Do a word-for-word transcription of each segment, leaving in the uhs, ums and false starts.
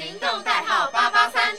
行动代号八八三。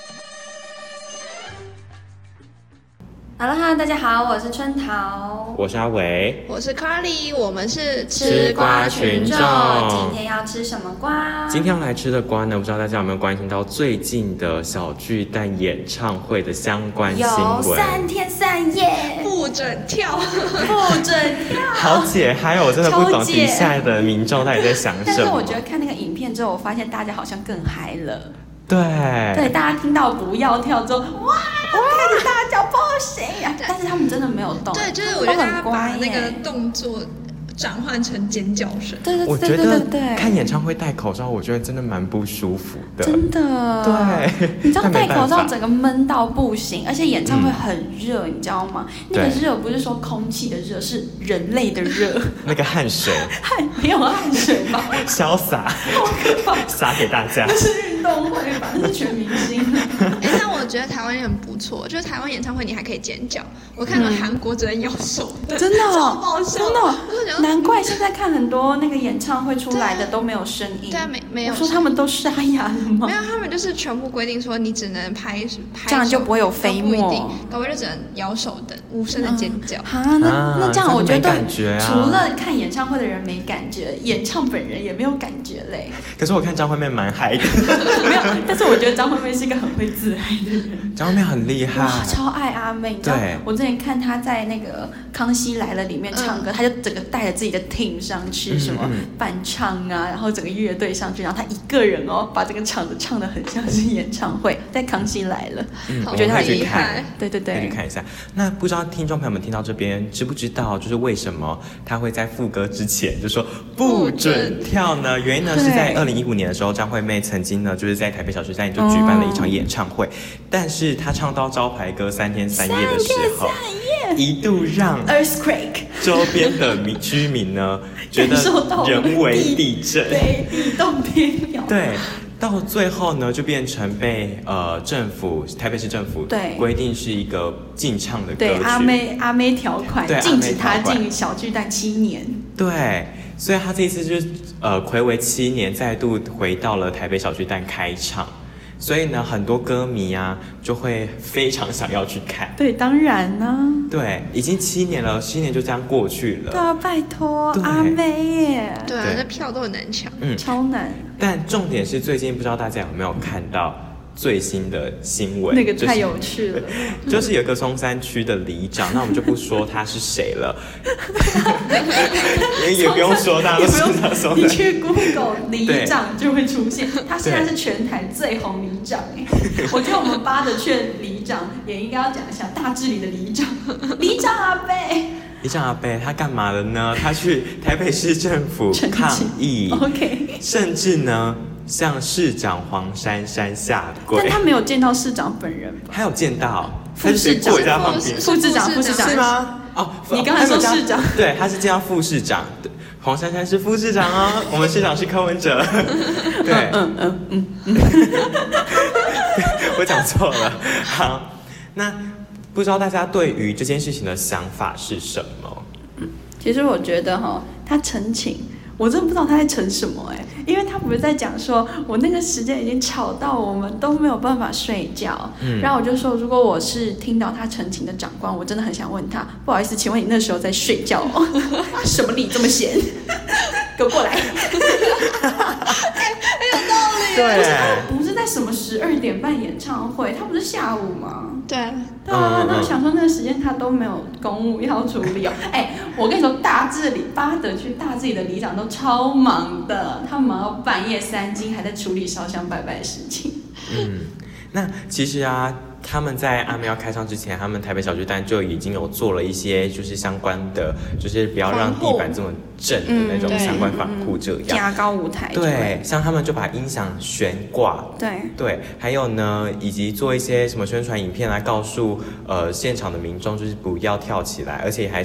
好了哈，大家好，我是春桃， 我是阿维， 我是 Carly， 我们是吃瓜群众。 今天要吃什么瓜？ 今天要来吃的瓜呢，不知道大家有没有关心到最近的小巨蛋演唱会的相关新闻？ 有三天三夜， 不准跳， 不准跳， 好解嗨！我真的不懂底下的民众到底在想什么。 但是我觉得看那个影片之后，我发现大家好像更嗨了。 对对，大家听到不要跳之后，哇，开始大叫不行啊！但是他们真的没有动， 对，就是我觉得他把那个动作转换成尖叫声。 对对对我觉得看演唱会戴口罩，我觉得真的蛮不舒服的。 真的， 对， 你知道戴口罩整个闷到不行，而且演唱会很热，嗯、你知道吗？那个热不是说空气的热，是人类的热。 那个汗水， 汗没有汗水吧？ 潇洒， 好可怕， 洒给大家。 那是运动会吧？那是全明星。 哎，但我觉得台湾也很不错，就是台湾演唱会你还可以尖叫，我看了韩国只能咬手的， 真的， 超爆笑， 真的。难怪现在看很多那个演唱会出来的都没有声音。 对啊，没没有。 我说他们都沙哑了吗？ 没有，他们就是全部规定说你只能拍拍， 这样就不会有飞沫， 搞不好就只能摇手等无声的尖叫。 啊，那那这样我觉得除了了看演唱会的人没感觉，演唱本人也没有感觉嘞。 可是我看张惠妹蛮嗨的。 没有，但是我觉得张惠妹是一个很会自嗨的人。 张惠妹很厉害， 哇，超爱阿妹。你知道，我之前看她在那个《康熙来了》里面唱歌，她就整个带着自己的 team 上去，什么伴唱啊，然后整个乐队上去，然后她一个人哦，把整个场子唱得很像是演唱会。在《康熙来了》， 嗯， 我觉得她厉害。对对对， 可以去看一下。那不知道听众朋友们听到这边，知不知道就是为什么她会在副歌之前就说不准跳呢？原因呢是在二零一五年的时候，张惠妹曾经呢就是在台北小巨蛋就举办了一场演唱会，但是她唱到招牌歌三天三夜的时候，一度让 earthquake 周边的民居民呢觉得人为地震， 对，地动天摇， 对。到最后呢，就变成被呃政府台北市政府规定是一个禁唱的歌曲， 对阿妹阿妹条款，禁止他进小巨蛋七年。 对，所以他这一次就是呃睽违七年，再度回到了台北小巨蛋开唱。所以呢，很多歌迷啊就会非常想要去看。 对，当然呢、啊。 对，已经七年了，七年就这样过去了。 对啊，拜托，阿妹耶。 对啊，这票都很难抢， 嗯， 超难。 但重点是，最近不知道大家有没有看到最新的新闻？ 那个太有趣了。 就是、就是有个松山区的里长，那我们就不说他是谁了，也也不用说，大家都知道松山。 你去 Google 里长就会出现，他现在是全台最红里长哎。我觉得我们八的劝里长也应该要讲一下大治理的里长，里长阿伯。 里长阿伯他干嘛了呢？他去台北市政府抗议 ，OK， 甚至呢向市长黄珊珊下跪。 但他没有见到市长本人吧？ 他有见到， 副市长，副市长，副市长是吗？哦， 你刚才说市长， 对，他是见到副市长，黄珊珊是副市长哦，我们市长是柯文哲。对， 嗯嗯嗯嗯， 我讲错了。好，那。不知道大家对于这件事情的想法是什么？ 嗯，其实我觉得哈，他陈情，我真的不知道他在陈什么哎、欸，因为他不是在讲说，我那个时间已经吵到我们都没有办法睡觉，嗯，然后我就说，如果我是听到他陈情的长官，我真的很想问他，不好意思，请问你那时候在睡觉哦？什么理这么闲？给我过来！ 很有道理。 对， 不是他不是在什么十二点半演唱会，他不是下午吗？ 对， 对啊，那我想说那个时间他都没有公务要处理哦。哎，我跟你说，大治理八德区大治理的里长都超忙的，他忙到半夜三更还在处理烧香拜拜的事情。 嗯，那其实啊。他们在阿妹要开唱之前，他们台北小巨蛋就已经有做了一些就是相关的，就是不要让地板这么震的那种相关防护，这样加高舞台。 对，像他们就把音响悬挂， 对对，还有呢，以及做一些什么宣传影片来告诉呃现场的民众，就是不要跳起来，而且还是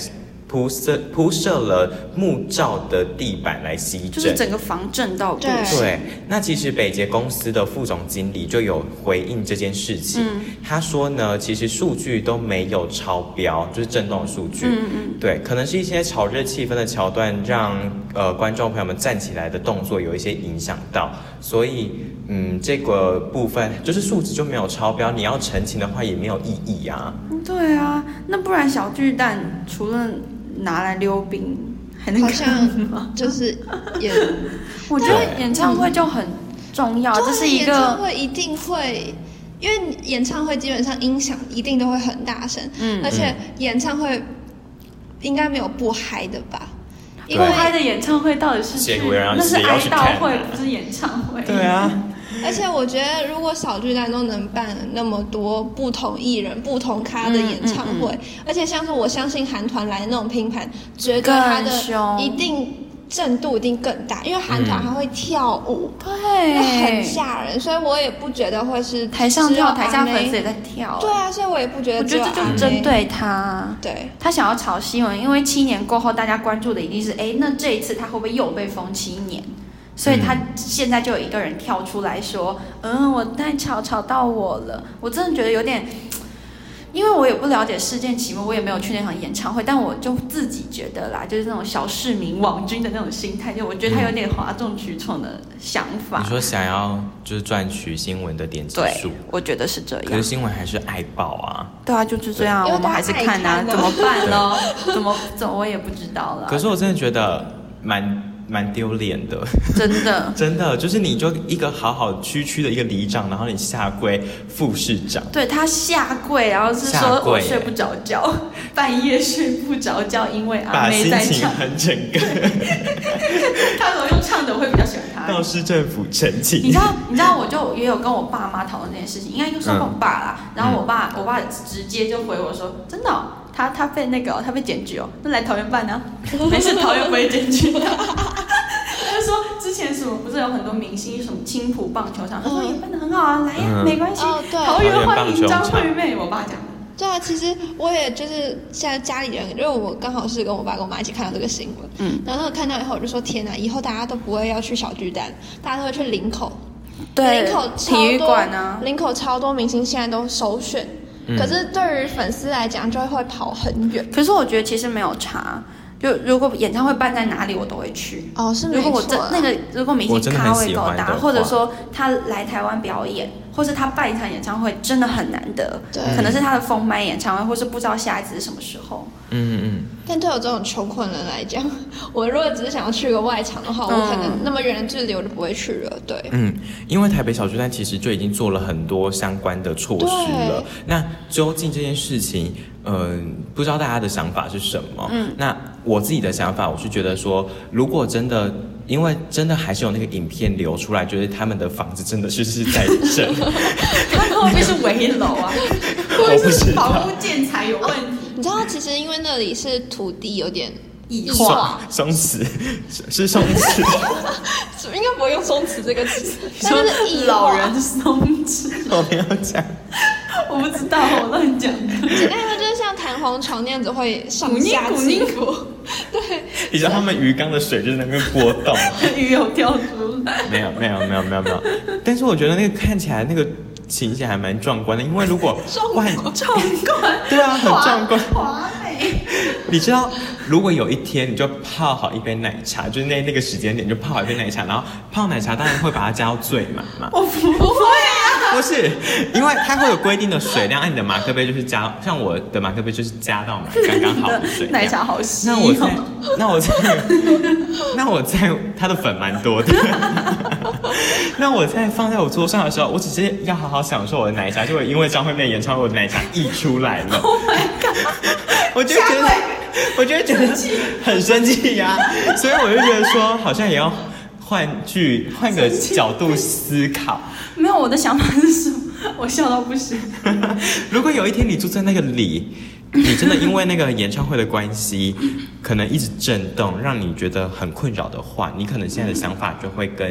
铺设铺设了木罩的地板来吸震， 就是整个防震到不行。 对，那其实北捷公司的副总经理就有回应这件事情，嗯、他说呢，其实数据都没有超标，就是震动数据，嗯嗯，对，可能是一些炒热气氛的桥段让呃观众朋友们站起来的动作有一些影响到，所以嗯这个部分就是数值就没有超标，你要澄清的话也没有意义啊。 对啊，那不然小巨蛋除了拿来溜冰，还能干嘛？ 就是也， 我觉得演唱会就很重要，这是一个演唱会一定会，因为演唱会基本上音响一定都会很大声，嗯，而且演唱会应该没有不嗨的吧？ 不嗨的演唱会到底是去那是哀悼会，不是演唱会。 对啊。 而且我觉得，如果小巨蛋都能办那么多不同艺人、不同咖的演唱会，嗯嗯嗯、而且像是我相信韩团来的那种拼盘，绝对它的一定震度一定更大，因为韩团还会跳舞， 对、 嗯，很吓人，所以我也不觉得会是台上跳，台下粉丝也在跳。 对啊，所以我也不觉得。 我觉得这就是针对他， 对， 他想要炒新闻，因为七年过后，大家关注的一定是，哎，那这一次他会不会又被封七年？所以他现在就有一个人跳出来说，嗯，我太吵吵到我了，我真的觉得有点，因为我也不了解事件起末，我也没有去那场演唱会，但我就自己觉得啦，就是那种小市民网军的那种心态，就我觉得他有点哗众取宠的想法。 你说想要就是赚取新闻的点击数， 我觉得是这样。 可是新闻还是爱爆啊。 对啊，就是这样，我们还是看啊，怎么办呢？怎么怎么我也不知道了。 可是我真的觉得蛮。蛮丢脸的， 真的， 真的就是你就一个好好区区的一个里长，然后你下跪副市长， 对他下跪，然后是说我睡不着觉，半夜睡不着觉，因为阿妹在唱， 把心情很整个。 他如果用唱的，我会比较喜欢他。 到市政府澄清， 你知道，你知道，我就也有跟我爸妈讨论这件事情，应该就说跟我爸啦，嗯、然后我爸，我爸直接就回我说，真的、哦。他他被那个、哦、他被检举哦，那来桃园办啊，没事，桃园不会检举的。他就说之前什么不是有很多明星什么青埔棒球场，他说也办得很好啊，来呀、啊，嗯、没关系，哦、桃园欢迎张惠妹，我爸讲的。 对啊，其实我也就是现在家里人，因为我刚好是跟我爸跟我妈一起看到这个新闻，嗯，然后看到以后我就说天哪，以后大家都不会要去小巨蛋，大家都会去林口， 对， 林口体育馆啊， 林口超多明星现在都首选。可是对于粉丝来讲，就会跑很远。 可是我觉得其实没有差，就如果演唱会办在哪里，我都会去。 哦，是没错。 如果我这那个，如果明星咖位够大，或者说他来台湾表演，或是他办一场演唱会真的很难得，对，可能是他的封麦演唱会，或是不知道下一次是什么时候。 嗯嗯。 但对我这种穷困人来讲，我如果只是想要去个外场的话，嗯、我可能那么远的距离我就不会去了。对， 嗯，因为台北小巨蛋其实就已经做了很多相关的措施了。那究竟这件事情，嗯、呃，不知道大家的想法是什么？嗯，那我自己的想法，我是觉得说，如果真的。因为真的还是有那个影片流出来，就是他们的房子真的是是在震， 他会不会是危楼啊？ 我不知道， 房屋建材有问题。 你知道，其实因为那里是土地有点异化， 松弛是松弛， 应该不会用松弛这个词，但是异老人松弛。 我没有讲， 我不知道，我乱讲的。 简单说就是像弹簧床那样子会上下起伏。对， 你知道他们鱼缸的水就是那边波动， 鱼有跳出来。 没有没有没有没有没有，但是我觉得那个看起来那个情形还蛮壮观的，因为如果壮壮观， 对啊，很壮观， 华美。 你知道，如果有一天你就泡好一杯奶茶，就是那那个时间点就泡好一杯奶茶，然后泡奶茶当然会把它加到最满嘛。 我不会啊， 不是，因为它会有规定的水量，按你的马克杯就是加，像我的马克杯就是加到满刚刚好的水量。 奶茶好稀、 哦。那我在，那我在，那我在，它的粉蛮多的。那我在放在我桌上的时候，我只是要好好享受我的奶茶，就会因为张惠妹演唱会，我的奶茶溢出来了。 Oh my god！ 我就觉得，我就觉得很生气呀、啊，所以我就觉得说，好像也要换句换个角度思考。 没有，我的想法是什么？我笑到不行。 如果有一天你住在那个里，你真的因为那个演唱会的关系，可能一直震动，让你觉得很困扰的话，你可能现在的想法就会跟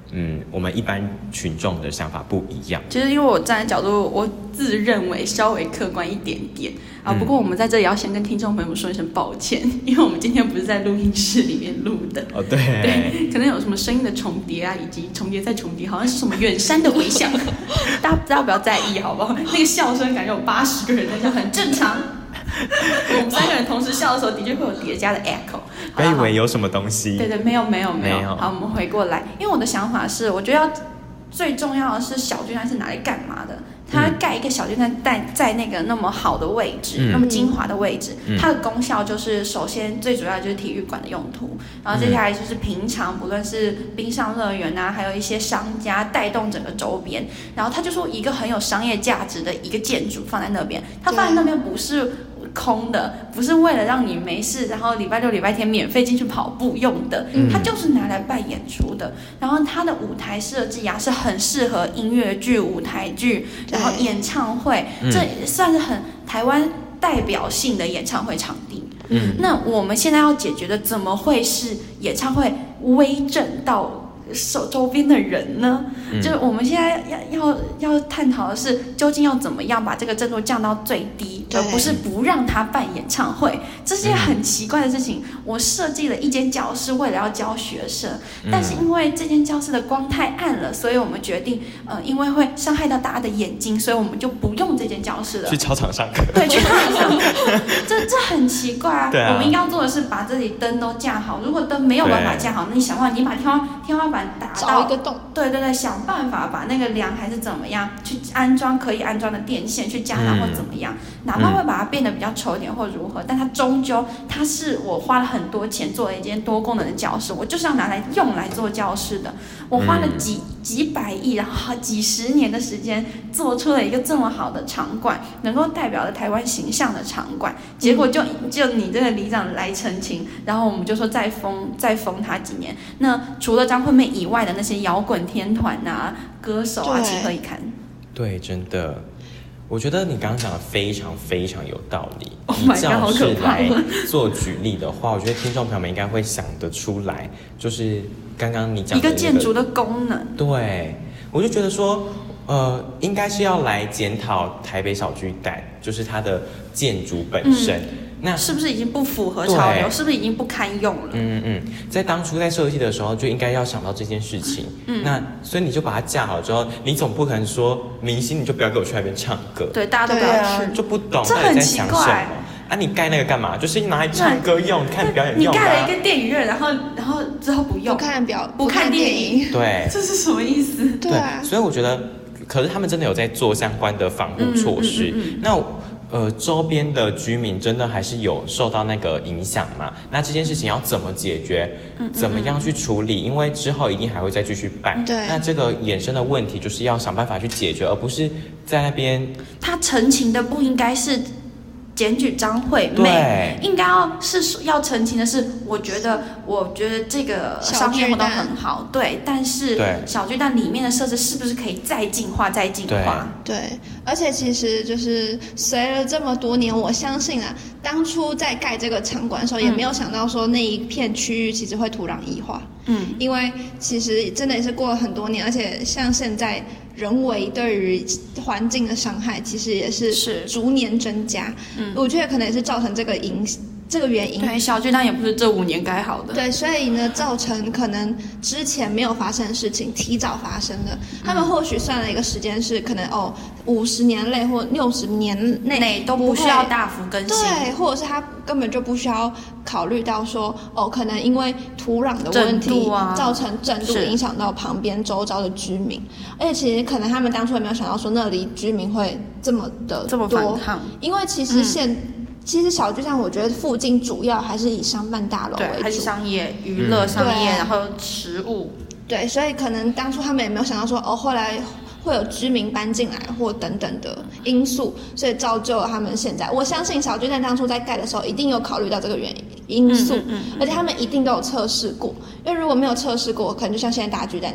嗯，我们一般群众的想法不一样。 其实因为我站在角度，我自认为稍微客观一点点啊。不过我们在这里要先跟听众朋友们说一声抱歉，因为我们今天不是在录音室里面录的。 哦，对， 对，可能有什么声音的重叠啊，以及重叠再重叠，好像是什么远山的回响，大家大家不要在意，好不好？那个笑声感觉有八十个人在笑，很正常。我们三个人同时笑的时候，的确会有叠加的 echo。 不要以为有什么东西。 对对，没有没有没有。 没有好，我们回过来，因为我的想法是，我觉得要最重要的是小巨蛋是拿来干嘛的？它盖一个小巨蛋在在那个那么好的位置，嗯、那么精华的位置，嗯、它的功效就是首先最主要就是体育馆的用途，然后接下来就是平常不论是冰上乐园啊，还有一些商家带动整个周边，然后它就说一个很有商业价值的一个建筑放在那边，它放在那边不是空的，不是为了让你没事，然后礼拜六、礼拜天免费进去跑步用的，嗯、它就是拿来办演出的。然后它的舞台设计啊，是很适合音乐剧、舞台剧，然后演唱会，这算是很台湾代表性的演唱会场地。嗯，那我们现在要解决的，怎么会是演唱会威震到周周边的人呢？嗯、就是我们现在要要要探讨的是，究竟要怎么样把这个震度降到最低，而不是不让他办演唱会。这是件很奇怪的事情。嗯、我设计了一间教室，为了要教学生，嗯、但是因为这间教室的光太暗了，所以我们决定，呃，因为会伤害到大家的眼睛，所以我们就不用这间教室了。 去操场上课。 对，去操场上课。这这很奇怪啊！ 对啊， 我们应该要做的是把这里灯都架好。如果灯没有办法架好，那你想办法，你把天花天花板打到找一个洞。对对对，想办法把那个梁还是怎么样去安装可以安装的电线去加上或怎么样，嗯、哪怕会把它变得比较丑一点或如何，但它终究它是我花了很多钱做了一间多功能的教室，我就是要拿来用来做教室的。我花了几、嗯、几百亿，然后几十年的时间做出了一个这么好的场馆，能够代表了台湾形象的场馆，结果就就你这个里长来澄清，然后我们就说再封再封他几年。那除了张惠妹以外的那些摇滚天团啊、歌手啊，情何以堪？ 对，真的，我觉得你刚刚讲的非常非常有道理。 以教室来做举例的话，我觉得听众朋友们应该会想得出来，就是刚刚你讲的、那个、 一个建筑的功能。 对，我就觉得说，呃，应该是要来检讨台北小巨蛋，就是它的建筑本身。嗯， 那是不是已经不符合潮流？是不是已经不堪用了？ 嗯嗯，在当初在设计的时候就应该要想到这件事情。嗯，那所以你就把它架好之后，你总不可能说明星你就不要给我去那边唱歌。 对，大家都不要去， 就不懂到底在想什么。啊，你盖那个干嘛？就是拿来唱歌用，看表演用的、啊。 你盖了一个电影院，然后然后之后不用， 不看表， 不看电影。 对， 这是什么意思？ 对啊， 所以我觉得，可是他们真的有在做相关的防护措施。嗯嗯嗯嗯、那。呃，周边的居民真的还是有受到那个影响嘛？那这件事情要怎么解决？嗯嗯嗯怎么样去处理？因为之后一定还会再继续办。 对。 那这个衍生的问题就是要想办法去解决，而不是在那边。 他澄清的不应该是检举张惠妹，应该要是要澄清的是，我觉得，我觉得这个商业活动很好，对，但是小巨蛋里面的设置是不是可以再进化、再进化？ 对，对，而且其实就是随了这么多年，我相信啊，当初在盖这个场馆的时候，也没有想到说那一片区域其实会土壤异化，嗯，因为其实真的也是过了很多年，而且像现在。人为对于环境的伤害，其实也是逐年增加。嗯，我觉得可能也是造成这个影这个原因。 对，小巨蛋也不是这五年盖好的。 对，所以呢，造成可能之前没有发生的事情提早发生的。嗯、他们或许算了一个时间是可能哦，五十年内或六十年内内都不需要大幅更新。 对，或者是他根本就不需要考虑到说哦，可能因为土壤的问题、啊、造成震度影响到旁边周遭的居民，而且其实可能他们当初也没有想到说那里居民会这么的多， 这么反抗， 因为其实现。嗯其实小巨蛋，我觉得附近主要还是以商办大楼为主， 对，还是商业、娱乐、嗯、商业，然后食物。 对，所以可能当初他们也没有想到说，哦，后来会有居民搬进来或等等的因素，所以造就了他们现在。我相信小巨蛋当初在盖的时候，一定有考虑到这个原因素，嗯嗯嗯嗯而且他们一定都有测试过。因为如果没有测试过，可能就像现在大巨蛋那样，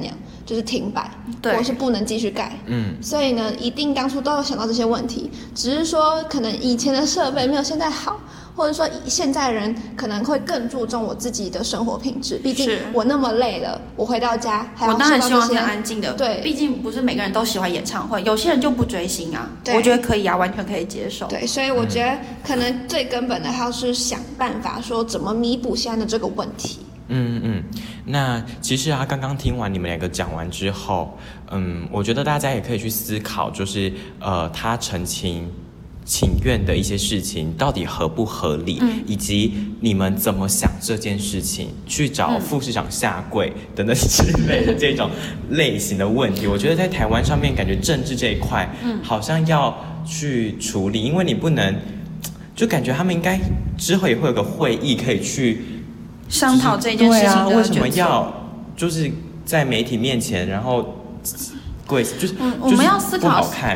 就是停摆， 对， 或是不能继续盖。嗯，所以呢，一定当初都有想到这些问题，只是说可能以前的设备没有现在好。或者说现在人可能会更注重我自己的生活品质，毕竟我那么累了，我回到家还要我当然希望是安静的， 对， 毕竟不是每个人都喜欢演唱会，有些人就不追星啊，我觉得可以啊，完全可以接受。 对，所以我觉得可能最根本的还要是想办法说怎么弥补现在的这个问题。 嗯嗯，那其实啊，刚刚听完你们两个讲完之后，嗯，我觉得大家也可以去思考，就是呃，他陈情请愿的一些事情到底合不合理，嗯、以及你们怎么想这件事情，去找副市长下跪等等之类的这种类型的问题。我觉得在台湾上面，感觉政治这一块，嗯，好像要去处理，因为你不能，就感觉他们应该之后也会有个会议可以去商讨这件事情的决策。 对啊，为什么要就是在媒体面前，然后跪，就是、 嗯、我们要思考， 不好看。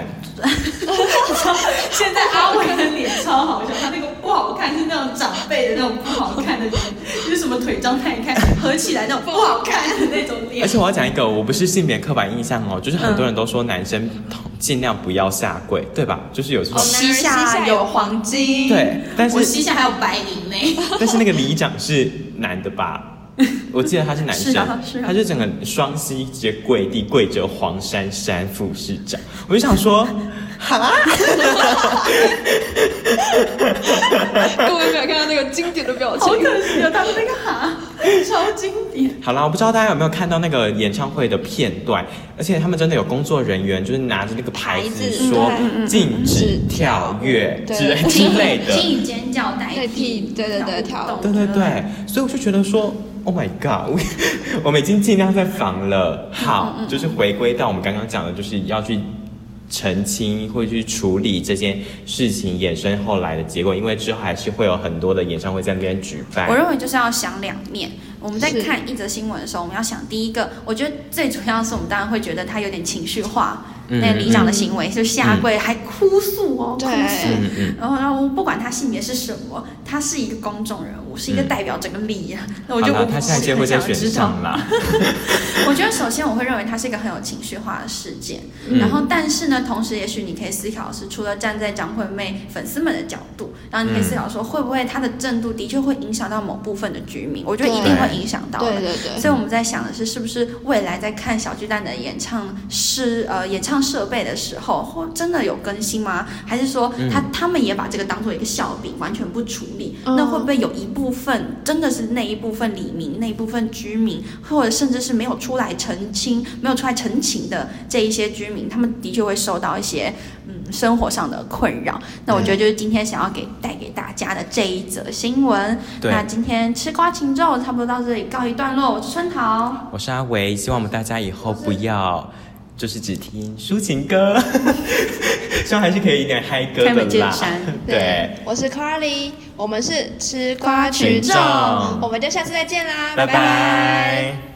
现在阿伟的脸超好笑，他那个不好看是那种长辈的那种不好看的脸，就是什么腿张开开合起来那种不好看的那种脸。 而且我要讲一个，我不是性别刻板印象哦，就是很多人都说男生尽量不要下跪，对吧？就是有时候、 哦、膝下有黄金， 对，但是我膝下还有白银呢。 但是那个里长是男的吧？我记得他是男生， 是啊是啊、 他就整个双膝直接跪地跪着黄珊珊副市长，我就想说，哈， 各位没有看到那个经典的表情， 好可惜哦，他的那个哈超经典。 好啦，我不知道大家有没有看到那个演唱会的片段，而且他们真的有工作人员就是拿着那个牌子说禁止跳跃之类之类的， 请以尖叫代替， 对对对跳动， 对对对，所以我就觉得说。Oh my god！ 我, 我们已经尽量在防了。好，嗯嗯嗯就是回归到我们刚刚讲的，就是要去澄清或去处理这件事情衍生后来的结果，因为之后还是会有很多的演唱会在那边举办。 我认为就是要想两面。我们在看一则新闻的时候，我们要想第一个，我觉得最主要是我们当然会觉得他有点情绪化。嗯、那个里长的行为、嗯、就下跪、嗯、还哭诉哦，哭诉、嗯，然后然后不管他性别是什么，他是一个公众人物，是一个代表整个里啊，那、嗯、我就不他下一届会再选上啦。 我觉得首先我会认为它是一个很有情绪化的事件，嗯、然后但是呢，同时也许你可以思考的是，除了站在张惠妹粉丝们的角度，然后你可以思考说，会不会它的震度的确会影响到某部分的居民？我觉得一定会影响到的。 对对对。 所以我们在想的是，是不是未来在看小巨蛋的演唱是呃演唱设备的时候，或真的有更新吗？还是说他、嗯、他们也把这个当做一个笑柄，完全不处理？嗯、那会不会有一部分真的是那一部分里民、那一部分居民，或者甚至是没有出来澄清、没有出来澄清的这一些居民，他们的确会受到一些嗯生活上的困扰？那我觉得就是今天想要给带给大家的这一则新闻。那今天吃瓜群众差不多到这里告一段落。我是春桃， 我是阿维，希望我们大家以后不要。就是只听抒情歌，希望还是可以一点嗨歌的啦。 开门见山， 对， 我是 Carly， 我们是吃瓜群众，我们就下次再见啦，拜拜。 拜拜。